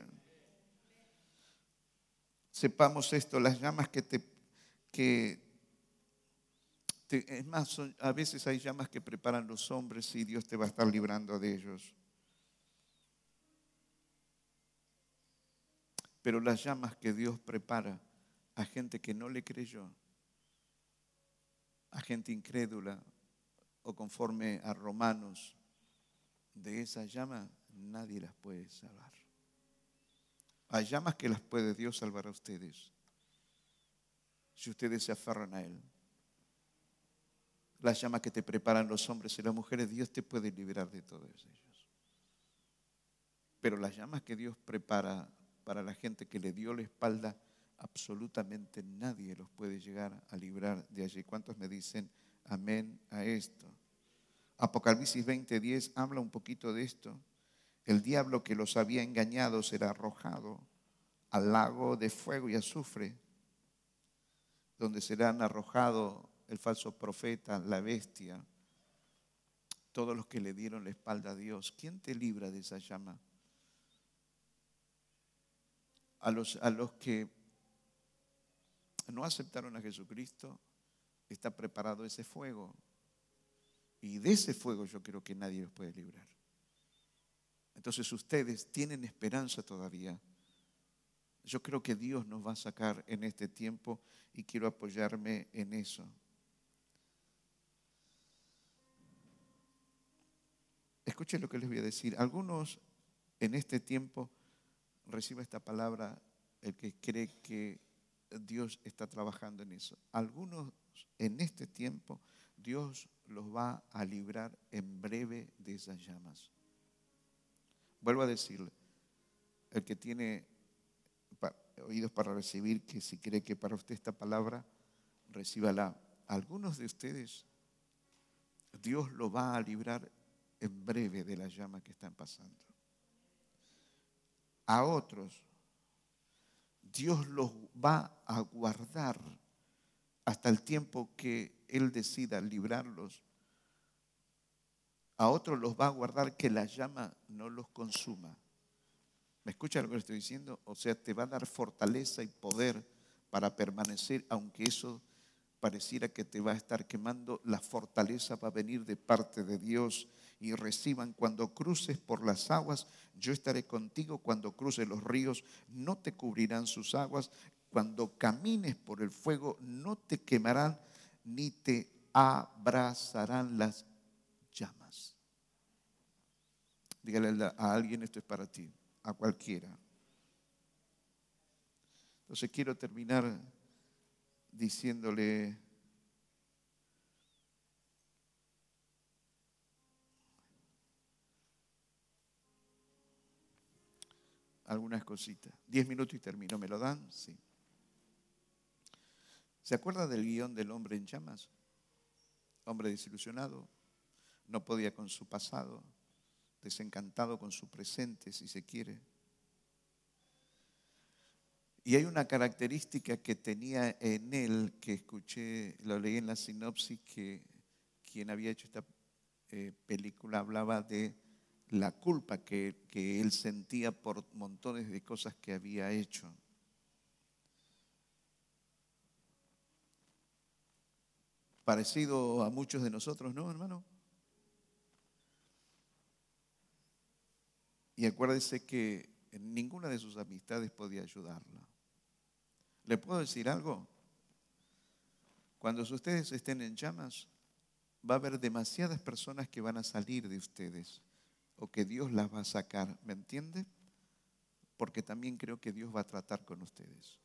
Sepamos esto, las llamas es más, a veces hay llamas que preparan los hombres y Dios te va a estar librando de ellos. Pero las llamas que Dios prepara a gente que no le creyó, a gente incrédula, o conforme a Romanos, de esa llama nadie las puede salvar. Hay llamas que las puede Dios salvar a ustedes, si ustedes se aferran a Él. Las llamas que te preparan los hombres y las mujeres, Dios te puede liberar de todos ellos. Pero las llamas que Dios prepara para la gente que le dio la espalda, absolutamente nadie los puede llegar a librar de allí. ¿Cuántos me dicen amén a esto? Apocalipsis 20:10 habla un poquito de esto. El diablo que los había engañado será arrojado al lago de fuego y azufre, donde serán arrojados el falso profeta, la bestia, todos los que le dieron la espalda a Dios. ¿Quién te libra de esa llama? A los que no aceptaron a Jesucristo, está preparado ese fuego. Y de ese fuego yo creo que nadie los puede librar. Entonces ustedes tienen esperanza todavía. Yo creo que Dios nos va a sacar en este tiempo y quiero apoyarme en eso. Escuchen lo que les voy a decir. Algunos en este tiempo reciben esta palabra, el que cree que Dios está trabajando en eso. Algunos en este tiempo Dios los va a librar en breve de esas llamas. Vuelvo a decirle, el que tiene oídos para recibir, que si cree que para usted esta palabra, recíbala. Algunos de ustedes, Dios lo va a librar en breve de las llamas que están pasando. A otros, Dios los va a guardar hasta el tiempo que Él decida librarlos. A otros los va a guardar que la llama no los consuma. ¿Me escucha lo que le estoy diciendo? O sea, te va a dar fortaleza y poder para permanecer, aunque eso pareciera que te va a estar quemando. La fortaleza va a venir de parte de Dios. Y reciban: cuando cruces por las aguas, yo estaré contigo. Cuando cruces los ríos, no te cubrirán sus aguas. Cuando camines por el fuego, no te quemarán ni te abrazarán las llamas. Dígale a alguien: esto es para ti, a cualquiera. Entonces quiero terminar diciéndole algunas cositas. 10 minutos y termino. ¿Me lo dan? Sí. ¿Se acuerda del guión del hombre en llamas? Hombre desilusionado, no podía con su pasado, desencantado con su presente, si se quiere. Y hay una característica que tenía en él, que escuché, lo leí en la sinopsis, que quien había hecho esta película hablaba de la culpa que él sentía por montones de cosas que había hecho. Parecido a muchos de nosotros, ¿no, hermano? Y acuérdese que ninguna de sus amistades podía ayudarla. ¿Le puedo decir algo? Cuando ustedes estén en llamas, va a haber demasiadas personas que van a salir de ustedes o que Dios las va a sacar, ¿me entiende? Porque también creo que Dios va a tratar con ustedes.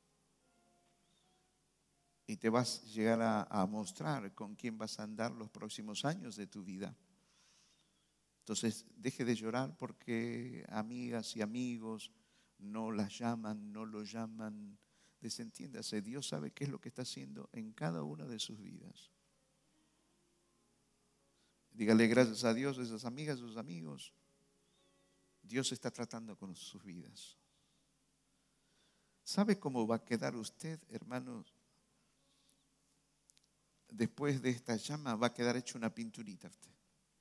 Y te vas a llegar a mostrar con quién vas a andar los próximos años de tu vida. Entonces, deje de llorar porque amigas y amigos no las llaman, no lo llaman. Desentiéndase, Dios sabe qué es lo que está haciendo en cada una de sus vidas. Dígale gracias a Dios, a esas amigas, a sus amigos. Dios está tratando con sus vidas. ¿Sabe cómo va a quedar usted, hermanos? Después de esta llama va a quedar hecho una pinturita usted.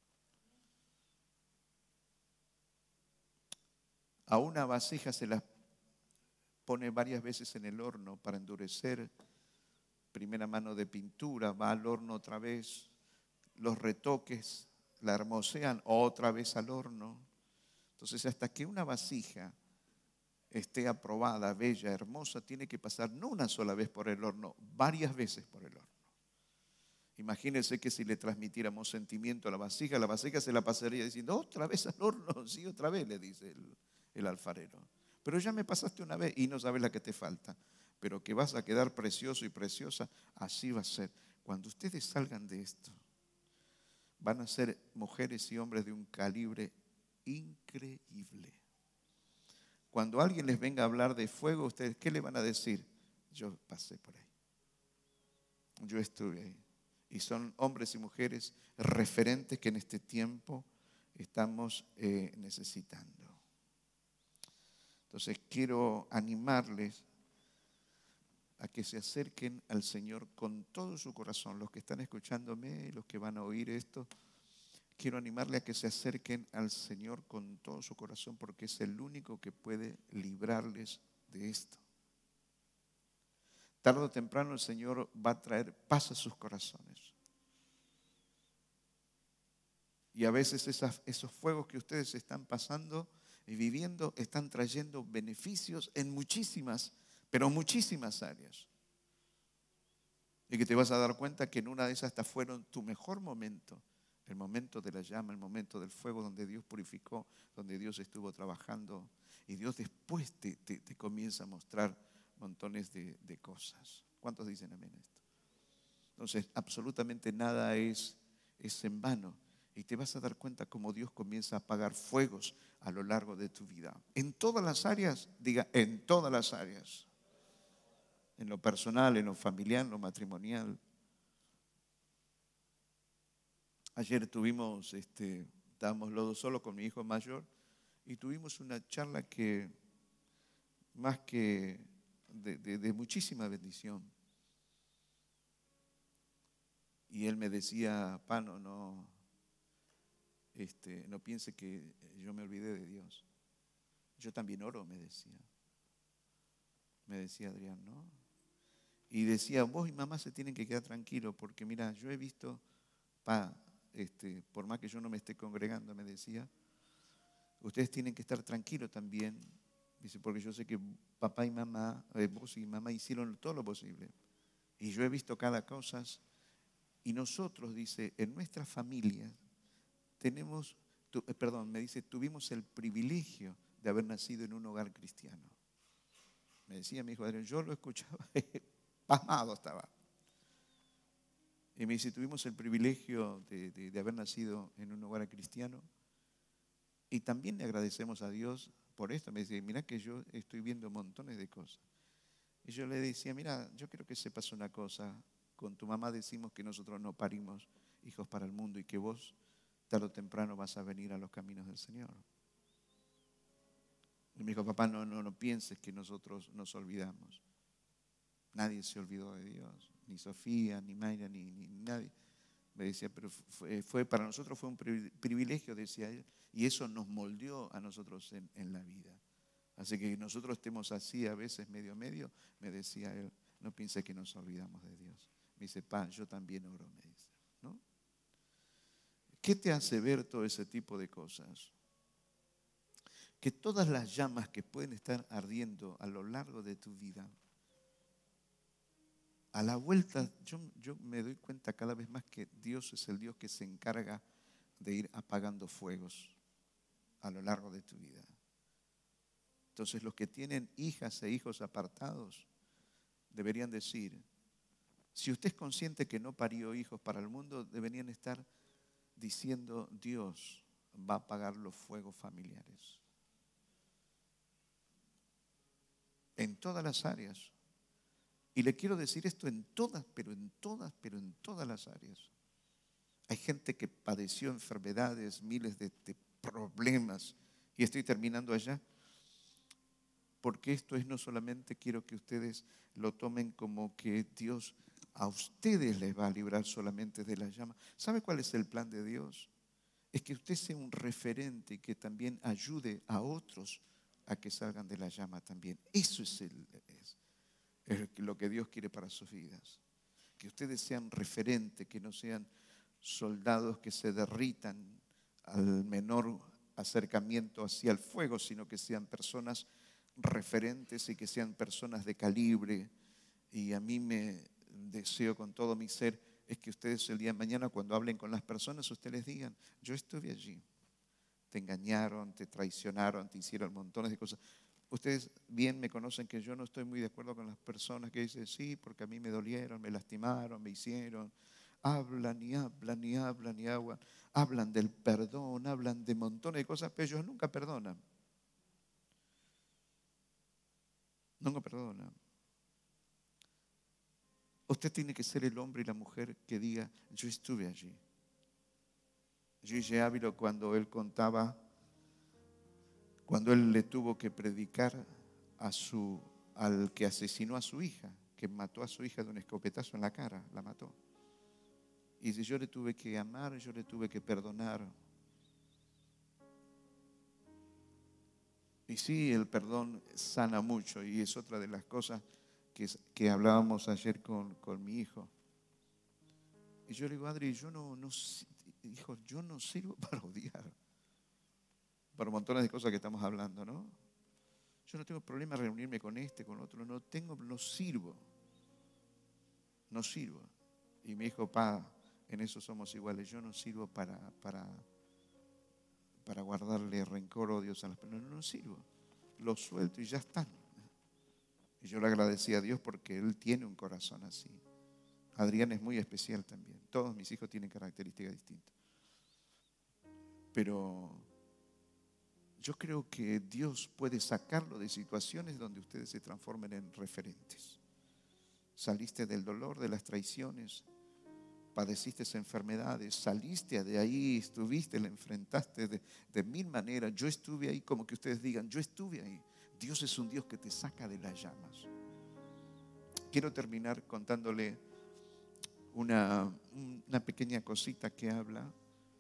A una vasija se la pone varias veces en el horno para endurecer. Primera mano de pintura, va al horno otra vez. Los retoques la hermosean otra vez al horno. Entonces, hasta que una vasija esté aprobada, bella, hermosa, tiene que pasar no una sola vez por el horno, varias veces por el horno. Imagínense que si le transmitiéramos sentimiento a la vasija se la pasaría diciendo: otra vez al horno, sí, otra vez, le dice el alfarero. Pero ya me pasaste una vez y no sabes la que te falta. Pero que vas a quedar precioso y preciosa, así va a ser. Cuando ustedes salgan de esto, van a ser mujeres y hombres de un calibre increíble. Cuando alguien les venga a hablar de fuego, ustedes, ¿qué le van a decir? Yo pasé por ahí. Yo estuve ahí. Y son hombres y mujeres referentes que en este tiempo estamos necesitando. Entonces quiero animarles a que se acerquen al Señor con todo su corazón. Los que están escuchándome, los que van a oír esto, quiero animarles a que se acerquen al Señor con todo su corazón, porque es el único que puede librarles de esto. Tarde o temprano el Señor va a traer paz a sus corazones. Y a veces esos fuegos que ustedes están pasando y viviendo están trayendo beneficios en muchísimas, pero muchísimas áreas. Y que te vas a dar cuenta que en una de esas hasta fueron tu mejor momento. El momento de la llama, el momento del fuego donde Dios purificó, donde Dios estuvo trabajando. Y Dios después te comienza a mostrar montones de cosas. ¿Cuántos dicen amén a esto? Entonces, absolutamente nada es en vano. Y te vas a dar cuenta cómo Dios comienza a apagar fuegos a lo largo de tu vida. En todas las áreas, diga, en todas las áreas. En lo personal, en lo familiar, en lo matrimonial. Ayer estábamos los dos solos con mi hijo mayor y tuvimos una charla que más que de muchísima bendición. Y él me decía, Pano, no piense que yo me olvidé de Dios. Yo también oro, me decía. Me decía Adrián, ¿no? Y decía, vos y mamá se tienen que quedar tranquilos porque mira, yo he visto, por más que yo no me esté congregando, me decía, ustedes tienen que estar tranquilos también. Dice, porque yo sé que papá y mamá, vos y mamá hicieron todo lo posible. Y yo he visto cada cosa. Y nosotros, dice, en nuestra familia tuvimos el privilegio de haber nacido en un hogar cristiano. Me decía mi hijo Adrián, yo lo escuchaba, pasmado estaba. Y me dice, tuvimos el privilegio de haber nacido en un hogar cristiano. Y también le agradecemos a Dios por esto. Me dice, mira que yo estoy viendo montones de cosas. Y yo le decía, mira, yo quiero que sepas una cosa. Con tu mamá decimos que nosotros no parimos hijos para el mundo y que vos tarde o temprano vas a venir a los caminos del Señor. Y me dijo, papá, no pienses que nosotros nos olvidamos. Nadie se olvidó de Dios, ni Sofía, ni Mayra, ni nadie. Me decía, pero para nosotros fue un privilegio, decía él, y eso nos moldeó a nosotros en la vida. Así que nosotros estemos así a veces medio, me decía él, no piense que nos olvidamos de Dios. Me dice, yo también oro, me dice, ¿no? ¿Qué te hace ver todo ese tipo de cosas? Que todas las llamas que pueden estar ardiendo a lo largo de tu vida, a la vuelta, yo me doy cuenta cada vez más que Dios es el Dios que se encarga de ir apagando fuegos a lo largo de tu vida. Entonces los que tienen hijas e hijos apartados deberían decir, si usted es consciente que no parió hijos para el mundo, deberían estar diciendo, Dios va a apagar los fuegos familiares. En todas las áreas. Y le quiero decir esto en todas las áreas. Hay gente que padeció enfermedades, miles de problemas. Y estoy terminando allá. Porque esto es no solamente, quiero que ustedes lo tomen como que Dios a ustedes les va a librar solamente de la llama. ¿Sabe cuál es el plan de Dios? Es que usted sea un referente y que también ayude a otros a que salgan de la llama también. Eso es lo que Dios quiere para sus vidas. Que ustedes sean referentes, que no sean soldados que se derritan al menor acercamiento hacia el fuego, sino que sean personas referentes y que sean personas de calibre. Y a mí me deseo con todo mi ser es que ustedes el día de mañana cuando hablen con las personas, ustedes les digan, yo estuve allí, te engañaron, te traicionaron, te hicieron montones de cosas. Ustedes bien me conocen que yo no estoy muy de acuerdo con las personas que dicen, sí, porque a mí me dolieron, me lastimaron, me hicieron. Hablan y hablan y hablan y hablan. Hablan del perdón, hablan de montones de cosas, pero ellos nunca perdonan. Nunca perdonan. Usted tiene que ser el hombre y la mujer que diga, yo estuve allí. Gigi Ávila, cuando él contaba, cuando él le tuvo que predicar al que asesinó a su hija, que mató a su hija de un escopetazo en la cara, la mató. Y dice, yo le tuve que amar, yo le tuve que perdonar. Y sí, el perdón sana mucho y es otra de las cosas que hablábamos ayer con mi hijo. Y yo le digo, Adri, yo no sé. dijo, yo no sirvo para odiar. Para montones de cosas que estamos hablando, ¿no? Yo no tengo problema en reunirme con este, con otro, no sirvo. No sirvo. Y me dijo, pa, en eso somos iguales. Yo no sirvo para guardarle rencor, odios a las personas. No sirvo. Lo suelto y ya están. Y yo le agradecí a Dios porque Él tiene un corazón así. Adrián es muy especial también. Todos mis hijos tienen características distintas. Pero yo creo que Dios puede sacarlo de situaciones donde ustedes se transformen en referentes. Saliste del dolor, de las traiciones, padeciste enfermedades, saliste de ahí, estuviste, la enfrentaste de mil maneras. Yo estuve ahí, como que ustedes digan, yo estuve ahí. Dios es un Dios que te saca de las llamas. Quiero terminar contándole una pequeña cosita que habla.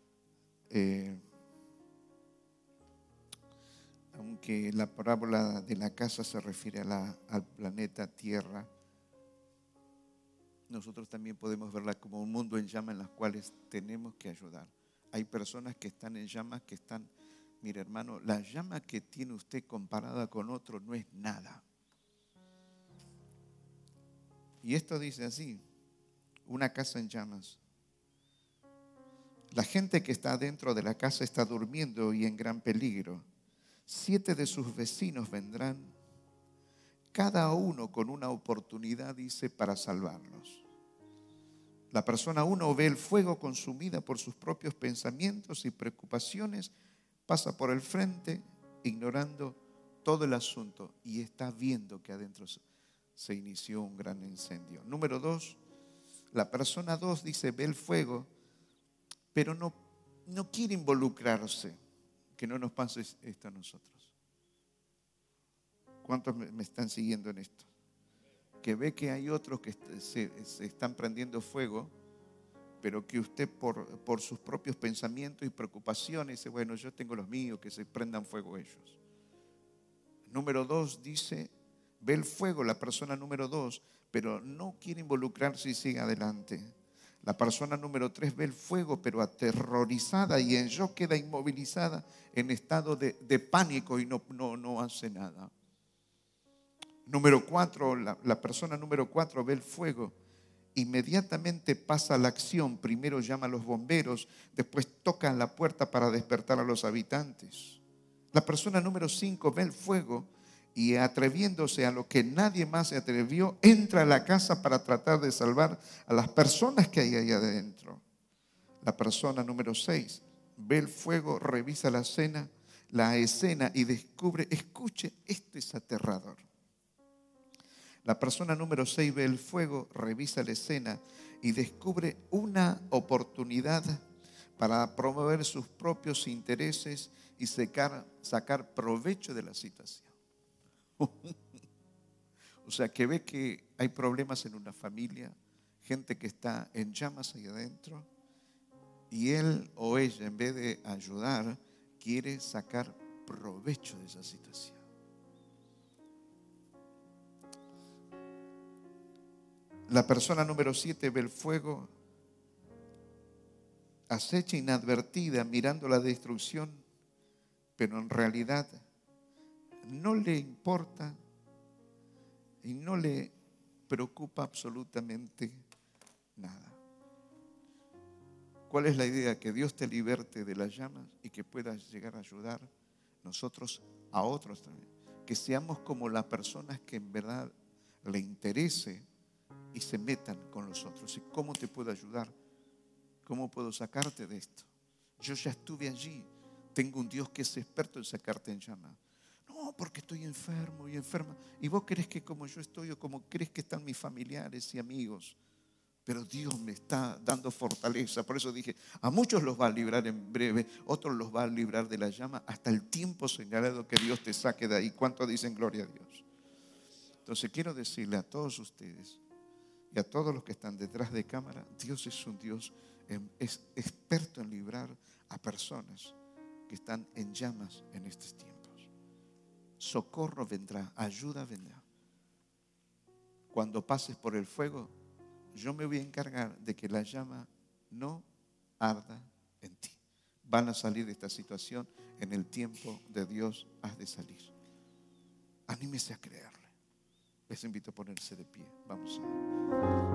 Aunque la parábola de la casa se refiere al planeta Tierra, nosotros también podemos verla como un mundo en llamas en las cuales tenemos que ayudar. Hay personas que están en llamas, que están, mire hermano, la llama que tiene usted comparada con otro no es nada. Y esto dice así, una casa en llamas. La gente que está dentro de la casa está durmiendo y en gran peligro. 7 de sus vecinos vendrán, cada uno con una oportunidad, dice, para salvarlos. La persona 1 ve el fuego consumida por sus propios pensamientos y preocupaciones, pasa por el frente ignorando todo el asunto y está viendo que adentro se inició un gran incendio. Número 2, la persona 2 dice, ve el fuego, pero no quiere involucrarse. Que no nos pase esto a nosotros. ¿Cuántos me están siguiendo en esto? Que ve que hay otros que se están prendiendo fuego, pero que usted por sus propios pensamientos y preocupaciones dice, bueno, yo tengo los míos, que se prendan fuego ellos. Número 2 dice, ve el fuego, la persona número 2, pero no quiere involucrarse y sigue adelante. La persona número 3 ve el fuego, pero aterrorizada y en shock, queda inmovilizada en estado de pánico y no hace nada. Número 4, la persona número 4 ve el fuego, inmediatamente pasa a la acción. Primero llama a los bomberos, después toca la puerta para despertar a los habitantes. La persona número 5 ve el fuego y, atreviéndose a lo que nadie más se atrevió, entra a la casa para tratar de salvar a las personas que hay ahí adentro. La persona número 6 ve el fuego, revisa la escena y descubre, escuche, esto es aterrador. La persona número 6 ve el fuego, revisa la escena y descubre una oportunidad para promover sus propios intereses y sacar provecho de la situación. O sea, que ve que hay problemas en una familia, gente que está en llamas ahí adentro, y él o ella, en vez de ayudar, quiere sacar provecho de esa situación. La persona número 7 ve el fuego, acecha inadvertida, mirando la destrucción, pero en realidad no le importa y no le preocupa absolutamente nada. ¿Cuál es la idea? Que Dios te liberte de las llamas y que puedas llegar a ayudar nosotros a otros también. Que seamos como las personas que en verdad le interese y se metan con los otros. ¿Y cómo te puedo ayudar? ¿Cómo puedo sacarte de esto? Yo ya estuve allí. Tengo un Dios que es experto en sacarte en llamas. No, porque estoy enfermo y enferma. ¿Y vos crees que como yo estoy o como crees que están mis familiares y amigos? Pero Dios me está dando fortaleza. Por eso dije, a muchos los va a librar en breve, otros los va a librar de la llama hasta el tiempo señalado que Dios te saque de ahí. ¿Cuántos dicen gloria a Dios? Entonces quiero decirle a todos ustedes y a todos los que están detrás de cámara, Dios es un Dios, es experto en librar a personas que están en llamas en estos tiempos. Socorro vendrá, ayuda vendrá. Cuando pases por el fuego, yo me voy a encargar de que la llama no arda en ti. Van a salir de esta situación. En el tiempo de Dios has de salir. Anímese a creerle. Les invito a ponerse de pie. Vamos a